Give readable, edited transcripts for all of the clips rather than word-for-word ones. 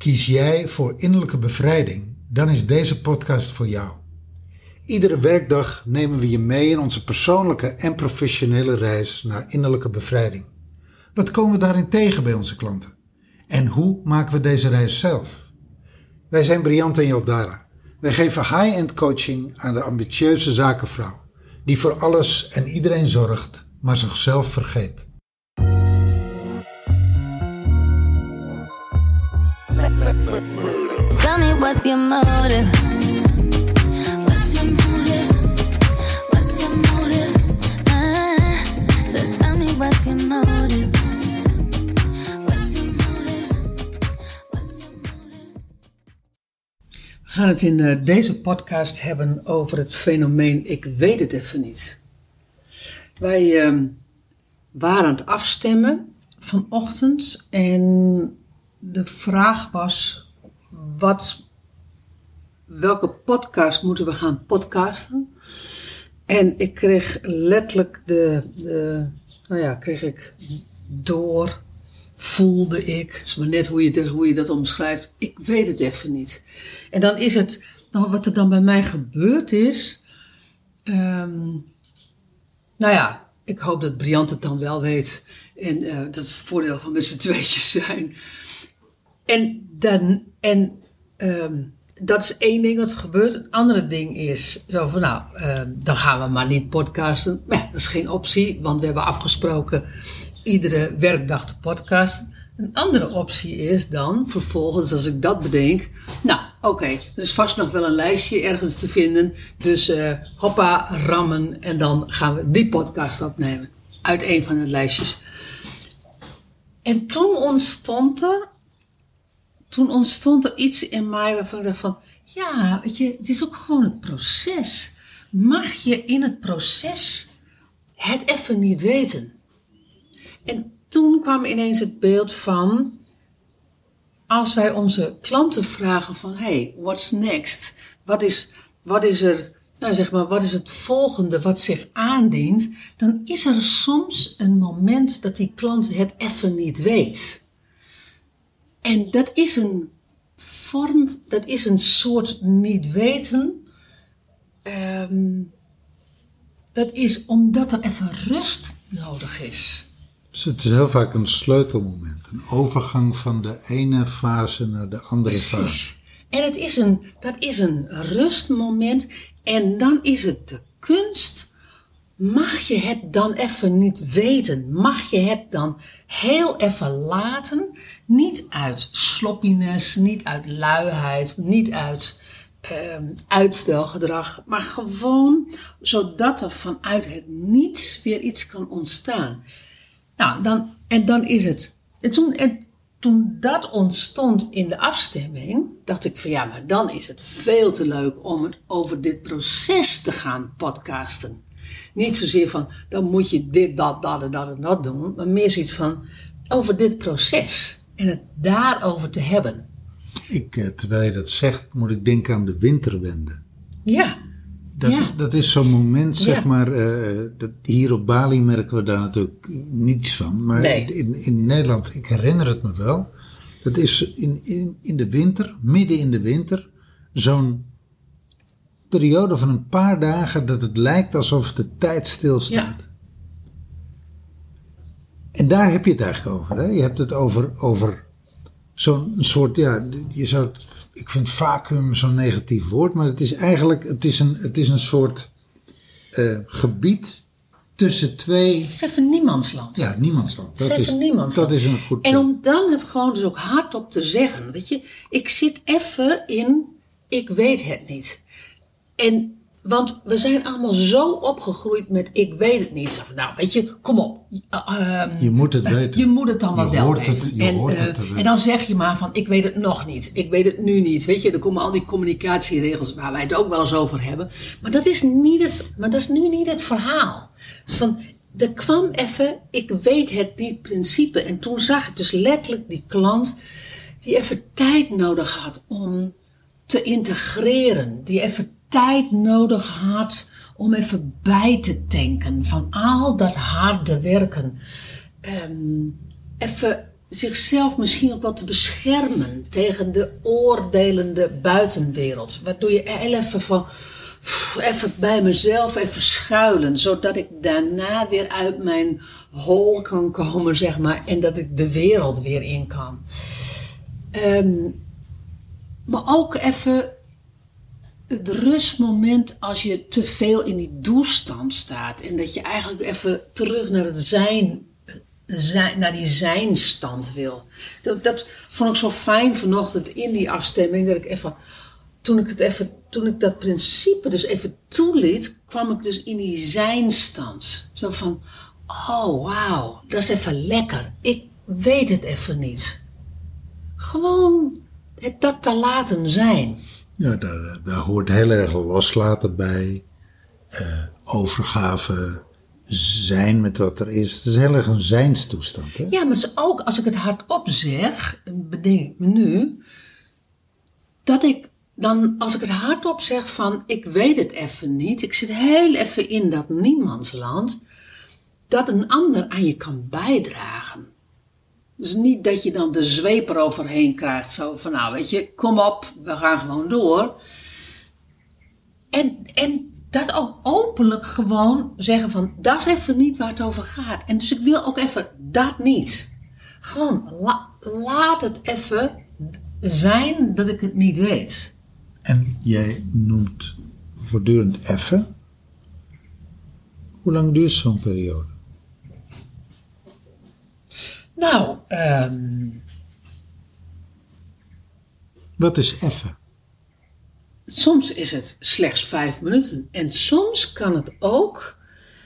Kies jij voor innerlijke bevrijding, dan is deze podcast voor jou. Iedere werkdag nemen we je mee in onze persoonlijke en professionele reis naar innerlijke bevrijding. Wat komen we daarin tegen bij onze klanten? En hoe maken we deze reis zelf? Wij zijn Briant en Yaldara. Wij geven high-end coaching aan de ambitieuze zakenvrouw, die voor alles en iedereen zorgt, maar zichzelf vergeet. Tell me what's your motive? What's your motive? What's your motive? So tell me what's your motive? What's your motive? What's your motive? We gaan het in deze podcast hebben over het fenomeen ik weet het even niet. Wij waren aan het afstemmen vanochtend en de vraag was, welke podcast moeten we gaan podcasten? En ik kreeg letterlijk voelde ik, het is maar net hoe je dat omschrijft, ik weet het even niet. En dan is het, wat er dan bij mij gebeurd is, ik hoop dat Briant het dan wel weet. En dat is het voordeel van met z'n tweetjes zijn. Dat is één ding wat er gebeurt. Een andere ding is zo van dan gaan we maar niet podcasten. Maar ja, dat is geen optie, want we hebben afgesproken iedere werkdag te podcasten. Een andere optie is dan vervolgens, als ik dat bedenk, er is vast nog wel een lijstje ergens te vinden. Dus hoppa, rammen en dan gaan we die podcast opnemen uit een van de lijstjes. En toen ontstond er iets in mij waarvan ik dacht van, ja, weet je, het is ook gewoon het proces. Mag je in het proces het even niet weten? En toen kwam ineens het beeld van, als wij onze klanten vragen van, hey, what's next? Wat is het volgende wat zich aandient? Dan is er soms een moment dat die klant het even niet weet. En dat is een vorm, dat is een soort niet weten. Dat is omdat er even rust nodig is. Dus het is heel vaak een sleutelmoment. Een overgang van de ene fase naar de andere fase. En dat is een rustmoment. En dan is het de kunst. Mag je het dan even niet weten? Mag je het dan heel even laten? Niet uit sloppiness, niet uit luiheid, niet uit uitstelgedrag. Maar gewoon zodat er vanuit het niets weer iets kan ontstaan. Dan is het. En toen dat ontstond in de afstemming, dacht ik van maar dan is het veel te leuk om het over dit proces te gaan podcasten. Niet zozeer van, dan moet je dit, dat en dat doen. Maar meer zoiets van, over dit proces. En het daarover te hebben. Terwijl je dat zegt, moet ik denken aan de winterwende. Ja. Dat is zo'n moment, zeg maar. Dat hier op Bali merken we daar natuurlijk niets van. Maar nee. In Nederland, ik herinner het me wel. Dat is in de winter, midden in de winter, zo'n periode van een paar dagen dat het lijkt alsof de tijd stilstaat. Ja. En daar heb je het eigenlijk over. Hè? Je hebt het over zo'n soort, ik vind vacuüm zo'n negatief woord, maar het is eigenlijk, het is een soort gebied tussen twee. Het is even niemandsland. Ja, niemandsland. Dat is een goed punt. En om dan het gewoon dus ook hardop te zeggen, weet je, ik zit even in, ik weet het niet. Want we zijn allemaal zo opgegroeid met ik weet het niet. Weet je, kom op. Je moet het weten. Je moet het dan maar wel weten. En dan zeg je maar van ik weet het nog niet. Ik weet het nu niet. Weet je, er komen al die communicatieregels waar wij het ook wel eens over hebben. Maar dat is nu niet het verhaal. Dus van, er kwam even, ik weet het niet principe. En toen zag ik dus letterlijk die klant die even tijd nodig had om te integreren. Die even tijd nodig had om even bij te tanken van al dat harde werken. zichzelf misschien ook wel te beschermen tegen de oordelende buitenwereld. Waardoor je heel even van, even bij mezelf even schuilen, zodat ik daarna weer uit mijn hol kan komen, zeg maar, en dat ik de wereld weer in kan. Maar ook even het rustmoment als je te veel in die doelstand staat en dat je eigenlijk even terug naar het zijn, naar die zijnstand wil. Dat vond ik zo fijn vanochtend in die afstemming, dat ik even, toen ik dat principe dus even toeliet, kwam ik dus in die zijnstand. Zo van, oh wauw, dat is even lekker. Ik weet het even niet. Gewoon het dat te laten zijn. Ja, daar hoort heel erg loslaten bij. Overgave, zijn met wat er is. Het is heel erg een zijnstoestand. Hè? Ja, maar het is ook, als ik het hardop zeg, bedenk ik me nu, dat ik dan, als ik het hardop zeg van, ik weet het even niet, ik zit heel even in dat niemandsland, dat een ander aan je kan bijdragen. Dus niet dat je dan de zweep eroverheen krijgt, zo van, nou weet je, kom op, we gaan gewoon door. En dat ook openlijk gewoon zeggen van, dat is even niet waar het over gaat. En dus ik wil ook even dat niet. Gewoon, laat het even zijn dat ik het niet weet. En jij noemt voortdurend even. Hoe lang duurt zo'n periode? Nou, Wat is even? soms is het slechts 5 minuten. En soms kan het ook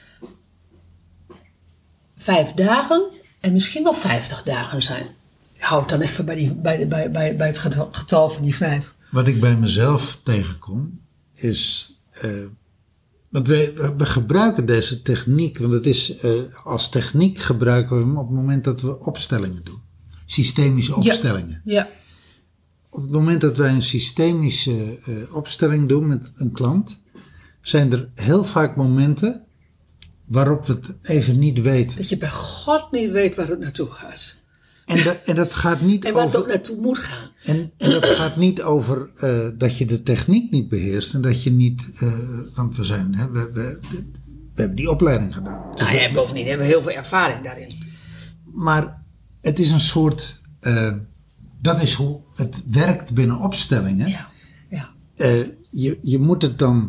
5 dagen en misschien wel 50 dagen zijn. Ik hou het dan even bij het getal van die 5. Wat ik bij mezelf tegenkom is... want we gebruiken deze techniek, want het is als techniek gebruiken we hem op het moment dat we opstellingen doen. Systemische opstellingen. Ja. Op het moment dat wij een systemische opstelling doen met een klant, zijn er heel vaak momenten waarop we het even niet weten. Dat je bij God niet weet waar het naartoe gaat. En dat gaat niet En waar het ook over... naartoe moet gaan. En dat gaat niet over dat je de techniek niet beheerst en dat je niet... want we zijn... Hè, we hebben die opleiding gedaan. Dus Nou ja, bovendien hebben we heel veel ervaring daarin. maar het is een soort... dat is hoe het werkt binnen opstellingen. Ja, ja. Je moet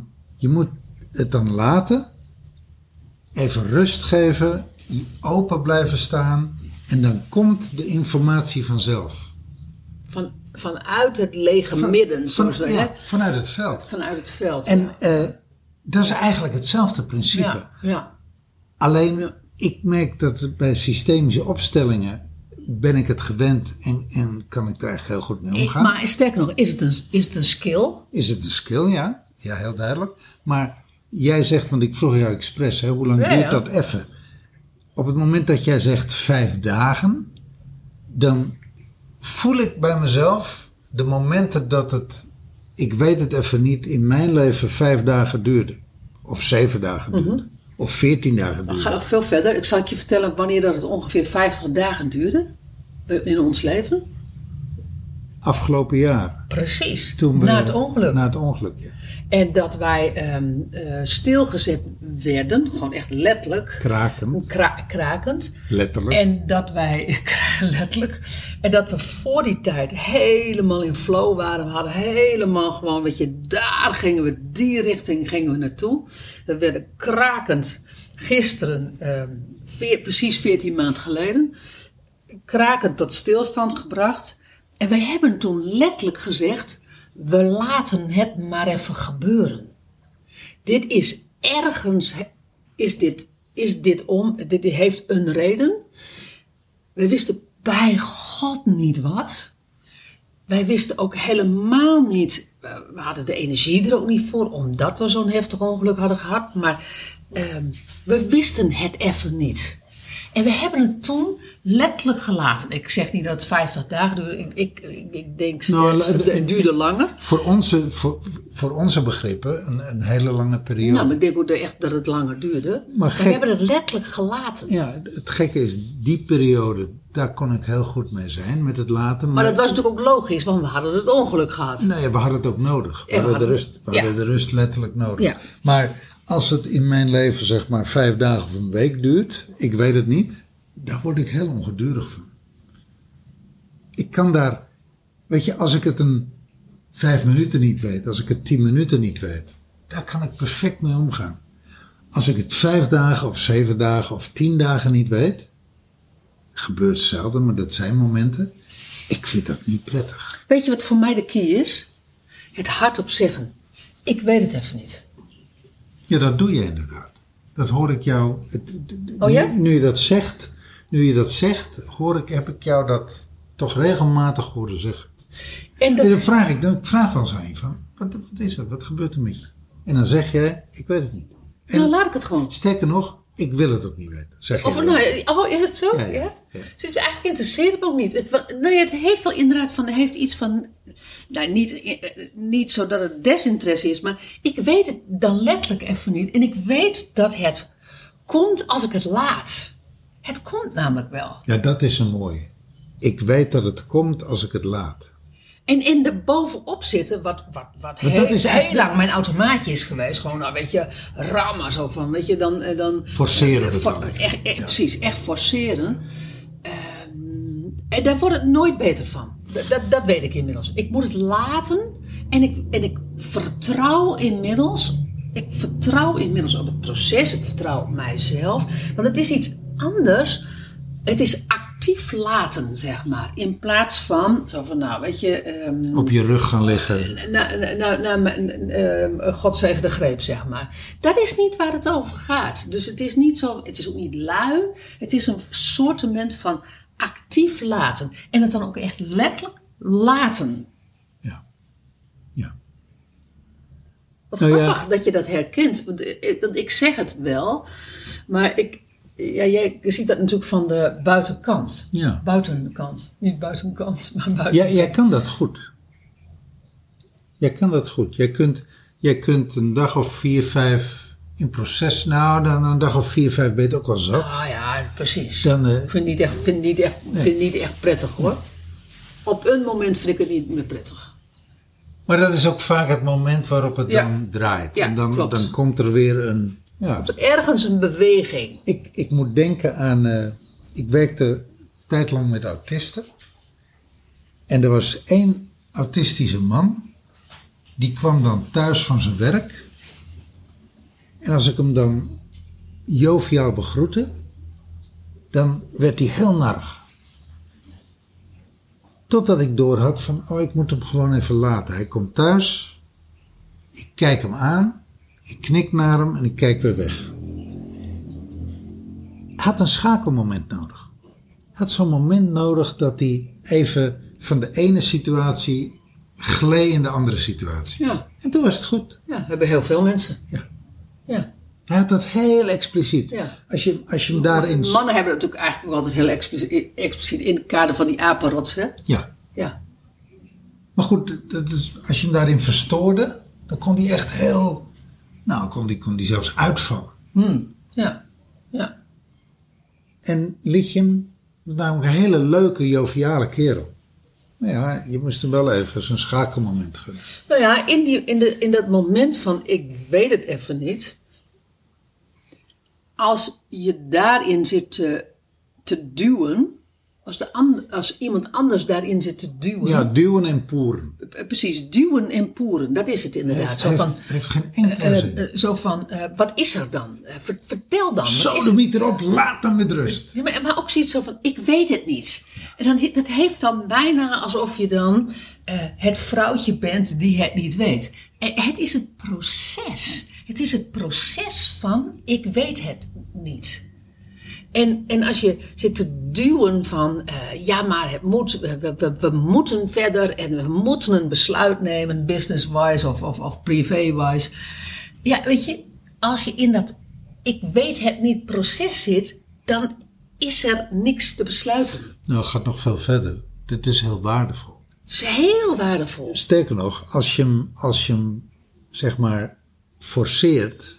het dan laten. Even rust geven. Open blijven staan. En dan komt de informatie vanzelf. Vanuit het lege midden. Zoals we, hè? Vanuit het veld. Vanuit het veld. En dat is eigenlijk hetzelfde principe. Ja. Alleen, ik merk dat bij systemische opstellingen ben ik het gewend en kan ik er eigenlijk heel goed mee omgaan. Maar sterker nog, is het een skill? Is het een skill, ja. Ja, heel duidelijk. Maar jij zegt, want ik vroeg jou expres, hè, hoe lang duurt dat even? Op het moment dat jij zegt 5 dagen, dan voel ik bij mezelf de momenten dat het, ik weet het even niet, in mijn leven 5 dagen duurde. Of 7 dagen duurde. Of 14 dagen Dat duurde. gaat nog veel verder. Ik zal je vertellen wanneer dat het ongeveer 50 dagen duurde. In ons leven. Afgelopen jaar. Precies. Toen Na het ongeluk. Na het ongeluk, ja. En dat wij stilgezet werden. Gewoon echt letterlijk. Krakend. Krakend. Letterlijk. En dat wij, letterlijk, en dat we voor die tijd helemaal in flow waren. We hadden helemaal gewoon, weet je, daar gingen we, die richting gingen we naartoe. We werden krakend gisteren, precies 14 maanden geleden, krakend tot stilstand gebracht. En wij hebben toen letterlijk gezegd, we laten het maar even gebeuren. Dit is ergens, dit heeft een reden. We wisten bij God niet wat. Wij wisten ook helemaal niet, we hadden de energie er ook niet voor, omdat we zo'n heftig ongeluk hadden gehad. Maar we wisten het even niet. En we hebben het toen letterlijk gelaten. Ik zeg niet dat het 50 dagen duurde. Ik denk het duurde langer. Voor onze begrippen een hele lange periode. Nou, maar ik denk ook echt dat het langer duurde. Maar we hebben het letterlijk gelaten. Ja, het gekke is, die periode daar kon ik heel goed mee zijn met het laten. Maar dat was natuurlijk ook logisch, want we hadden het ongeluk gehad. Nee, we hadden het ook nodig. We Ja, hadden de rust letterlijk nodig. Ja. Maar als het in mijn leven zeg maar 5 dagen of een week duurt, ik weet het niet, daar word ik heel ongedurig van. Ik kan daar, weet je, als ik het 5 minuten niet weet, als ik het 10 minuten niet weet, daar kan ik perfect mee omgaan. Als ik het 5 dagen of 7 dagen of 10 dagen niet weet, gebeurt zelden, maar dat zijn momenten, ik vind dat niet prettig. Weet je wat voor mij de key is? Het hardop zeggen. Ik weet het even niet. Ja, dat doe je inderdaad. Dat hoor ik jou. Oh ja? Nu je dat zegt, heb ik jou dat toch regelmatig horen zeggen. En En dat, dan vraag wel eens aan je van, wat is er? Wat gebeurt er met je? En dan zeg jij, ik weet het niet. En dan laat ik het gewoon. sterker nog, ik wil het ook niet weten. Zeg Of, je nou, is het zo? Ja, Ja, ja. Dus het eigenlijk interesseert me ook niet. Het heeft wel inderdaad het heeft iets van, nou, niet zo dat het desinteresse is, maar ik weet het dan letterlijk even niet. En ik weet dat het komt als ik het laat. Het komt namelijk wel. Ja, dat is een mooie. Ik weet dat het komt als ik het laat. En er bovenop zitten, wat dat heel, is heel eigenlijk- lang mijn automaatje is geweest. Gewoon, nou, weet je, rammen zo van, weet je, dan Forceren bedoel ik. echt, precies, echt forceren. En daar wordt het nooit beter van. Dat weet ik inmiddels. Ik moet het laten en ik vertrouw inmiddels. Ik vertrouw inmiddels op het proces. Ik vertrouw op mijzelf. Want het is iets anders. Het is actief laten, zeg maar. In plaats van, zo van, nou, weet je... Op je rug gaan liggen. God zegen de greep, zeg maar. Dat is niet waar het over gaat. Dus het is niet zo, het is ook niet lui. Het is een soortement van actief laten. En het dan ook echt letterlijk laten. Ja. Ja. Wat Nou ja. grappig dat je dat herkent. Want ik zeg het wel, maar jij ziet dat natuurlijk van de buitenkant. Ja. Buitenkant. Niet buitenkant, maar buitenkant. Ja, jij kan dat goed. Jij kunt een dag of 4, 5 in proces. Nou, dan een dag of 4, 5 ben je het ook al zat. Ah ja, precies. Dan, Ik vind het niet echt prettig, hoor. Op een moment vind ik het niet meer prettig. Maar dat is ook vaak het moment waarop het Ja. dan draait. Ja, en dan, klopt. dan komt er weer een... Ja. Ergens een beweging. Ik moet denken aan... ik werkte een tijd lang met autisten. En er was 1 autistische man. Die kwam dan thuis van zijn werk. En als ik hem dan joviaal begroette, dan werd hij heel narig. Totdat ik doorhad van, ik moet hem gewoon even laten. Hij komt thuis, ik kijk hem aan, ik knik naar hem en ik kijk weer weg. Hij had een schakelmoment nodig. Hij had zo'n moment nodig dat hij even van de ene situatie gleed in de andere situatie. Ja, En toen was het goed. ja, hebben heel veel mensen. Ja. Ja. Hij had dat heel expliciet. Ja. Als je hem daarin... Mannen hebben het natuurlijk eigenlijk ook altijd heel expliciet in het kader van die apenrots, hè? Ja. Ja. Maar goed, dat is, als je hem daarin verstoorde, dan kon hij echt heel... Nou, kon die zelfs uitvallen. Ja. Ja. En liet je hem, namelijk een hele leuke, joviale kerel. Maar ja, je moest hem wel even zijn schakelmoment gunnen. Nou ja, in dat moment van ik weet het even niet. Als je daarin zit te duwen. Als iemand anders daarin zit te duwen. Ja, duwen en poeren. Precies, duwen en poeren. Dat is het inderdaad. Heeft geen enkele zin. Wat is er dan? Vertel dan. Wat is er? Sodemiet erop, laat hem met rust. Ja, maar ook zoiets zo van, ik weet het niet. En dan, dat heeft dan bijna alsof je dan het vrouwtje bent die het niet weet. Het is het proces. Het is het proces van, ik weet het niet. En als je zit te duwen van, ja maar het moet, we moeten verder en we moeten een besluit nemen, business-wise of privé-wise. Ja, weet je, als je in dat ik weet het niet proces zit, dan is er niks te besluiten. Nou, het gaat nog veel verder. Dit is heel waardevol. Het is heel waardevol. Sterker nog, als je hem zeg maar forceert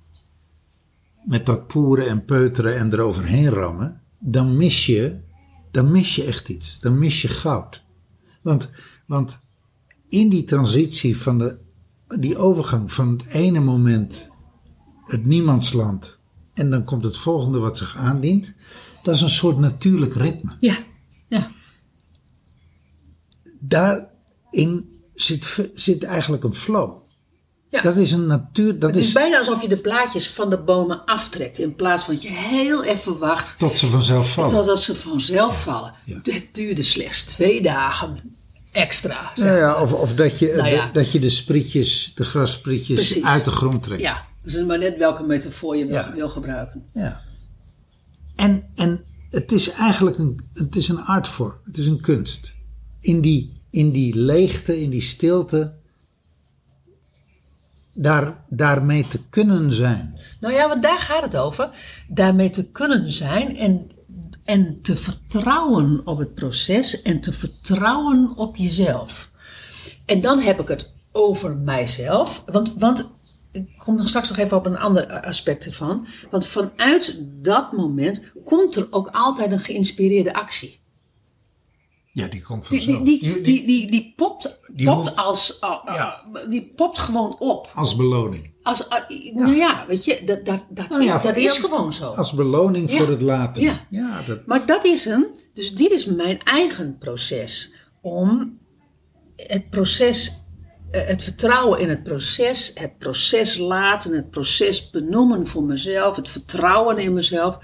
met dat poeren en peuteren en eroverheen rammen, dan mis je dan mis je echt iets. Dan mis je goud. Want in die transitie die overgang van het ene moment, het niemandsland, en dan komt het volgende wat zich aandient, dat is een soort natuurlijk ritme. Ja. Daarin zit eigenlijk een flow. Ja. Dat is een natuur. Het is bijna alsof je de blaadjes van de bomen aftrekt. In plaats van dat je heel even wacht Tot ze vanzelf vallen. totdat ze vanzelf vallen. Ja. Het duurde slechts 2 dagen extra. zeg Ja, maar. of dat je, Nou ja. dat je de grassprietjes Precies. uit de grond trekt. Ja, dus het is maar net welke metafoor je Ja. wil gebruiken. Ja. En het is eigenlijk een artvorm. Het is een kunst. In die leegte, in die stilte, daarmee te kunnen zijn. Nou ja, want daar gaat het over. Daarmee te kunnen zijn en te vertrouwen op het proces en te vertrouwen op jezelf. En dan heb ik het over mijzelf. Want ik kom nog straks nog even op een ander aspect ervan. Want vanuit dat moment komt er ook altijd een geïnspireerde actie. Ja, die komt Die popt die popt gewoon op. als beloning. Nou ja, weet je, dat is gewoon zo. Als beloning Ja. voor het laten. Ja. Maar dat is hem. Dus dit is mijn eigen proces. Om het proces, het vertrouwen in het proces laten, het proces benoemen voor mezelf, het vertrouwen in mezelf.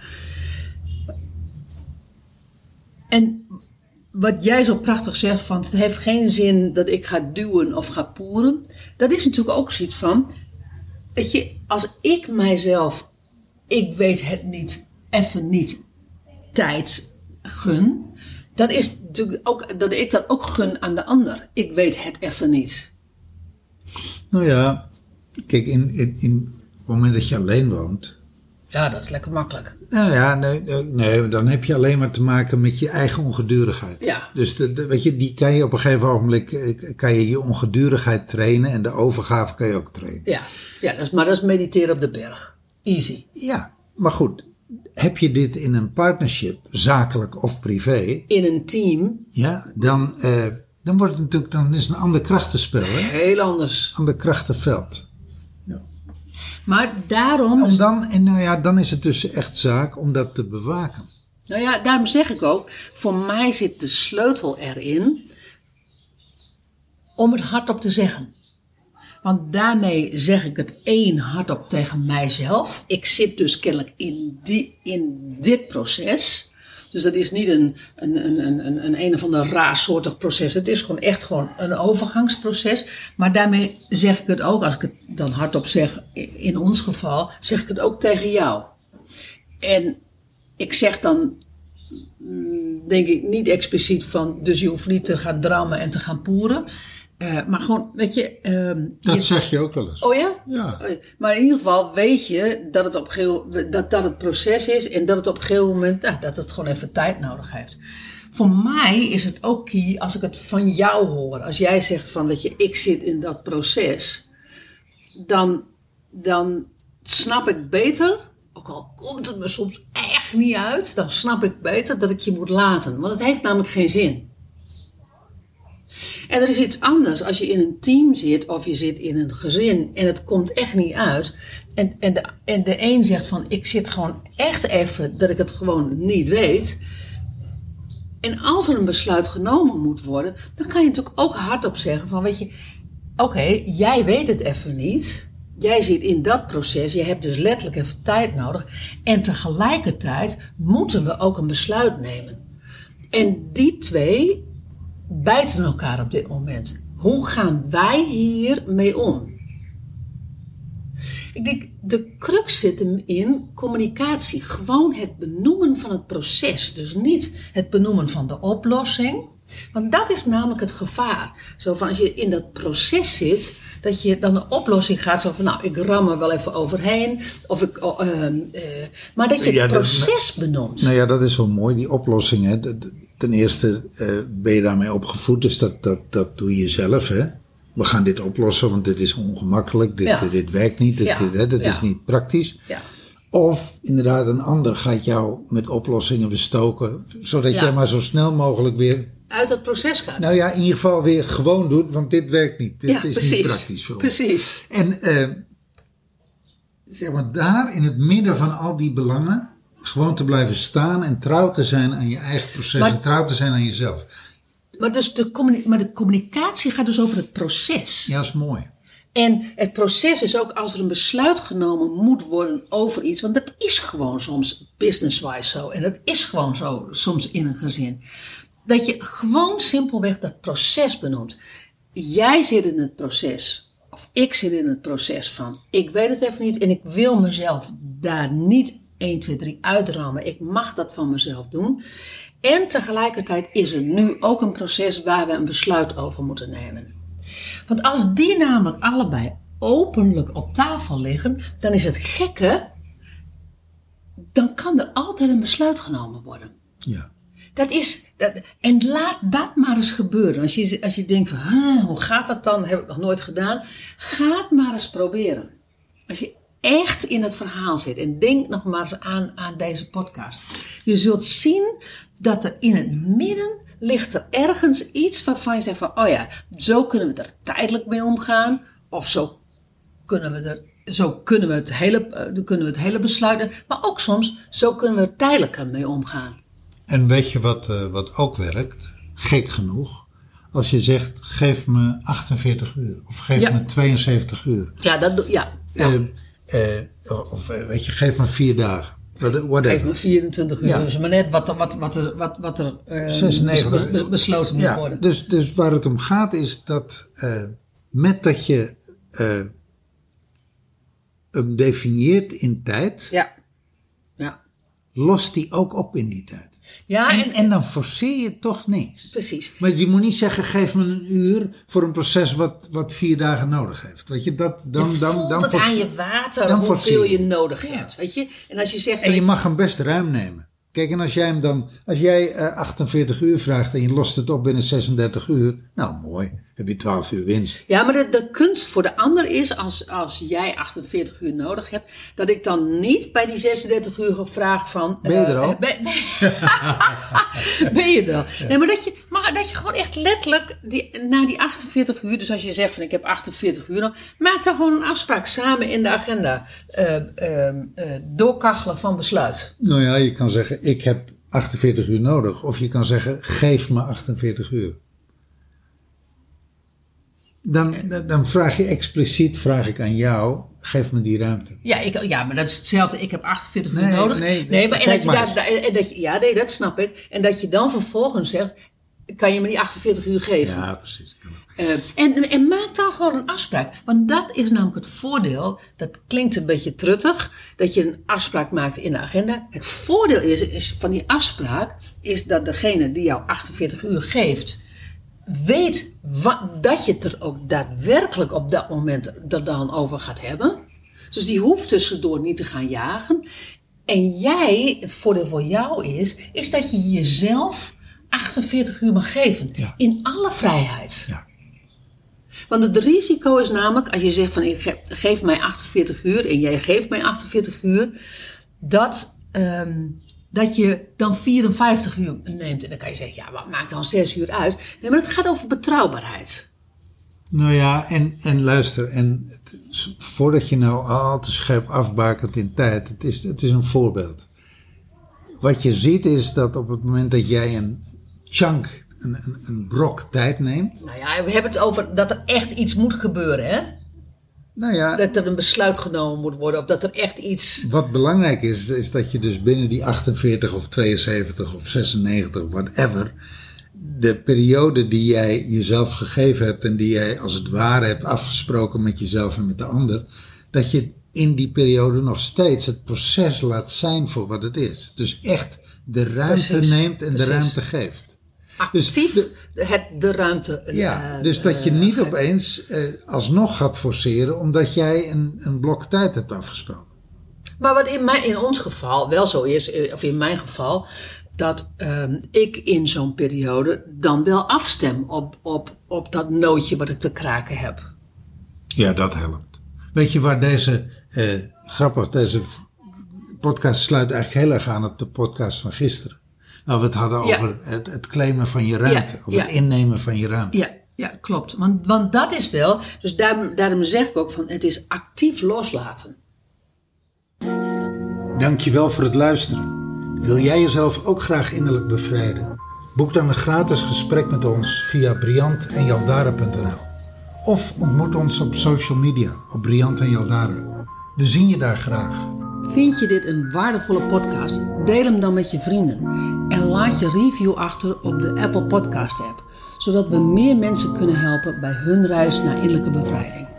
En wat jij zo prachtig zegt van het heeft geen zin dat ik ga duwen of ga poeren. Dat is natuurlijk ook zoiets van, weet je, als ik mijzelf, ik weet het niet, even niet, tijd gun, dan is natuurlijk ook dat ik dat ook gun aan de ander. Ik weet het even niet. Nou ja, kijk, in het moment dat je alleen woont. Ja, dat is lekker makkelijk. Nou ja, nee, dan heb je alleen maar te maken met je eigen ongedurigheid. Ja. Dus weet je, die kan je op een gegeven ogenblik, kan je ongedurigheid trainen en de overgave kan je ook trainen. Ja, dat is mediteren op de berg. Easy. Ja, maar goed, heb je dit in een partnership, zakelijk of privé, In een team, ja, dan wordt het natuurlijk, dan is het een ander krachtenspel, hè? heel anders. Ander krachtenveld. Maar daarom, Dan is het dus echt zaak om dat te bewaken. nou ja, daarom zeg ik ook, voor mij zit de sleutel erin om het hardop te zeggen. Want daarmee zeg ik het hardop tegen mijzelf. Ik zit dus kennelijk in dit proces. Dus dat is niet een of ander raarsoortig proces. Het is gewoon een overgangsproces. Maar daarmee zeg ik het ook, als ik het dan hardop zeg, in ons geval, zeg ik het ook tegen jou. En ik zeg dan, denk ik, niet expliciet van, dus je hoeft niet te gaan drammen en te gaan poeren. Maar gewoon, weet je... Dat zeg je ook wel eens. Oh ja? Ja. Maar in ieder geval weet je dat het dat het proces is en dat het op een gegeven moment, dat het gewoon even tijd nodig heeft. Voor mij is het ook key als ik het van jou hoor. Als jij zegt van, weet je, ik zit in dat proces, dan snap ik beter, ook al komt het me soms echt niet uit, dan snap ik beter dat ik je moet laten. Want het heeft namelijk geen zin. En er is iets anders als je in een team zit of je zit in een gezin en het komt echt niet uit. En de een zegt van, ik zit gewoon echt even dat ik het gewoon niet weet. En als er een besluit genomen moet worden, dan kan je natuurlijk ook hardop zeggen van, weet je, oké, jij weet het even niet. Jij zit in dat proces, je hebt dus letterlijk even tijd nodig. En tegelijkertijd moeten we ook een besluit nemen. En die twee bijten elkaar op dit moment. Hoe gaan wij hiermee om? Ik denk, de crux zit hem in communicatie. Gewoon het benoemen van het proces. Dus niet het benoemen van de oplossing. Want dat is namelijk het gevaar. Zo van als je in dat proces zit, dat je dan een oplossing gaat. Zo van, nou, ik ram er wel even overheen. Maar dat je het proces benoemt. Nou ja, dat is wel mooi, die oplossing. Hè. Ten eerste ben je daarmee opgevoed, dus dat doe je zelf. Hè. We gaan dit oplossen, want dit is ongemakkelijk, dit werkt niet, dit is niet praktisch. Ja. Of inderdaad een ander gaat jou met oplossingen bestoken, zodat Ja. jij maar zo snel mogelijk weer, Uit het proces gaat. nou ja, in ieder geval weer gewoon doet, want dit werkt niet. Dit is niet praktisch voor ons. Precies. En zeg maar, daar in het midden van al die belangen, gewoon te blijven staan en trouw te zijn aan je eigen proces Maar- en trouw te zijn aan jezelf. Maar, dus de communicatie gaat dus over het proces. Ja, dat is mooi. En het proces is ook als er een besluit genomen moet worden over iets. Want dat is gewoon soms business-wise zo. En dat is gewoon zo soms in een gezin. Dat je gewoon simpelweg dat proces benoemt. Jij zit in het proces. Of ik zit in het proces van. Ik weet het even niet. En ik wil mezelf daar niet 1, 2, 3 uitrammen. Ik mag dat van mezelf doen. En tegelijkertijd is er nu ook een proces waar we een besluit over moeten nemen. Want als die namelijk allebei openlijk op tafel liggen, dan is het gekke, dan kan er altijd een besluit genomen worden. Ja. En laat dat maar eens gebeuren. Als je denkt van, hoe gaat dat dan? Heb ik nog nooit gedaan. Ga het maar eens proberen. Als je echt in het verhaal zit en denk nog maar eens aan deze podcast. Je zult zien dat er in het midden ligt er ergens iets waarvan je zegt van, oh ja, zo kunnen we er tijdelijk mee omgaan. Of zo kunnen we het hele besluiten. Maar ook soms, zo kunnen we er tijdelijk mee omgaan. En weet je wat ook werkt? Gek genoeg. Als je zegt, geef me 48 uur. Of geef Ja. me 72 uur. Ja, dat doe ja. Of weet je, geef me 4 dagen. Whatever. Geef me 24 uur. Ja. Dus maar net wat er 96 besloten moet Ja, worden. dus waar het om gaat is dat met dat je hem definieert in tijd, Ja. Ja. lost die ook op in die tijd. Ja, En dan forceer je toch niks. precies. Maar je moet niet zeggen, geef me een uur voor een proces wat 4 dagen nodig heeft. Weet je, dan Je voelt het aan je water dan hoeveel forceer je je. nodig Ja. hebt. Weet je? En als je zegt, En je mag hem best ruim nemen. Kijk, en als jij 48 uur vraagt en je lost het op binnen 36 uur, nou mooi, heb je 12 uur winst. ja, maar de kunst voor de ander is, als jij 48 uur nodig hebt, dat ik dan niet bij die 36 uur vraag van... Ben je er al? Ben je er al? Nee, maar dat je gewoon echt letterlijk na die 48 uur, dus als je zegt van ik heb 48 uur nog, maak dan gewoon een afspraak samen in de agenda. Doorkachelen van besluit. Nou ja, je kan zeggen, ik heb 48 uur nodig. Of je kan zeggen, geef me 48 uur. Dan vraag je expliciet, vraag ik aan jou, geef me die ruimte. Ja, maar dat is hetzelfde. Ik heb 48 uur Nee, nodig. nee, maar kijk maar eens. dat snap ik. En dat je dan vervolgens zegt, kan je me die 48 uur geven? Ja, precies. En maak dan gewoon een afspraak. Want dat is namelijk het voordeel. Dat klinkt een beetje truttig. Dat je een afspraak maakt in de agenda. Het voordeel is van die afspraak. Is dat degene die jou 48 uur geeft. Weet dat je het er ook daadwerkelijk op dat moment er dan over gaat hebben. Dus die hoeft tussendoor niet te gaan jagen. En jij, het voordeel voor jou is dat je jezelf 48 uur mag geven. Ja. In alle vrijheid. Ja. Want het risico is namelijk, als je zegt van geef mij 48 uur en jij geeft mij 48 uur, dat je dan 54 uur neemt. En dan kan je zeggen, ja, wat maakt dan 6 uur uit? Nee, maar het gaat over betrouwbaarheid. Nou ja, en luister, voordat je nou al te scherp afbakent in tijd, het is een voorbeeld. Wat je ziet is dat op het moment dat jij een chunk, een brok tijd neemt. Nou ja, we hebben het over dat er echt iets moet gebeuren, hè? Nou ja, Dat er een besluit genomen moet worden of dat er echt iets... wat belangrijk is dat je dus binnen die 48 of 72 of 96, whatever, de periode die jij jezelf gegeven hebt en die jij als het ware hebt afgesproken met jezelf en met de ander, dat je in die periode nog steeds het proces laat zijn voor wat het is. Dus echt de ruimte Precies, neemt en precies. de ruimte geeft. Actief Dus de ruimte... Ja, dus dat je niet opeens alsnog gaat forceren omdat jij een blok tijd hebt afgesproken. Maar wat in ons geval wel zo is, of in mijn geval, dat ik in zo'n periode dan wel afstem op dat nootje wat ik te kraken heb. Ja, dat helpt. Weet je waar deze podcast sluit eigenlijk heel erg aan op de podcast van gisteren. Waar we het hadden Ja. over het claimen van je ruimte. Ja, Of ja. het innemen van je ruimte. Ja, klopt. Want dat is wel, dus daarom zeg ik ook van, het is actief loslaten. Dankjewel voor het luisteren. Wil jij jezelf ook graag innerlijk bevrijden? Boek dan een gratis gesprek met ons via briantenjaldara.nl of ontmoet ons op social media op Briant en Jaldara. We zien je daar graag. Vind je dit een waardevolle podcast? Deel hem dan met je vrienden. En laat je review achter op de Apple Podcast app. Zodat we meer mensen kunnen helpen bij hun reis naar innerlijke bevrijding.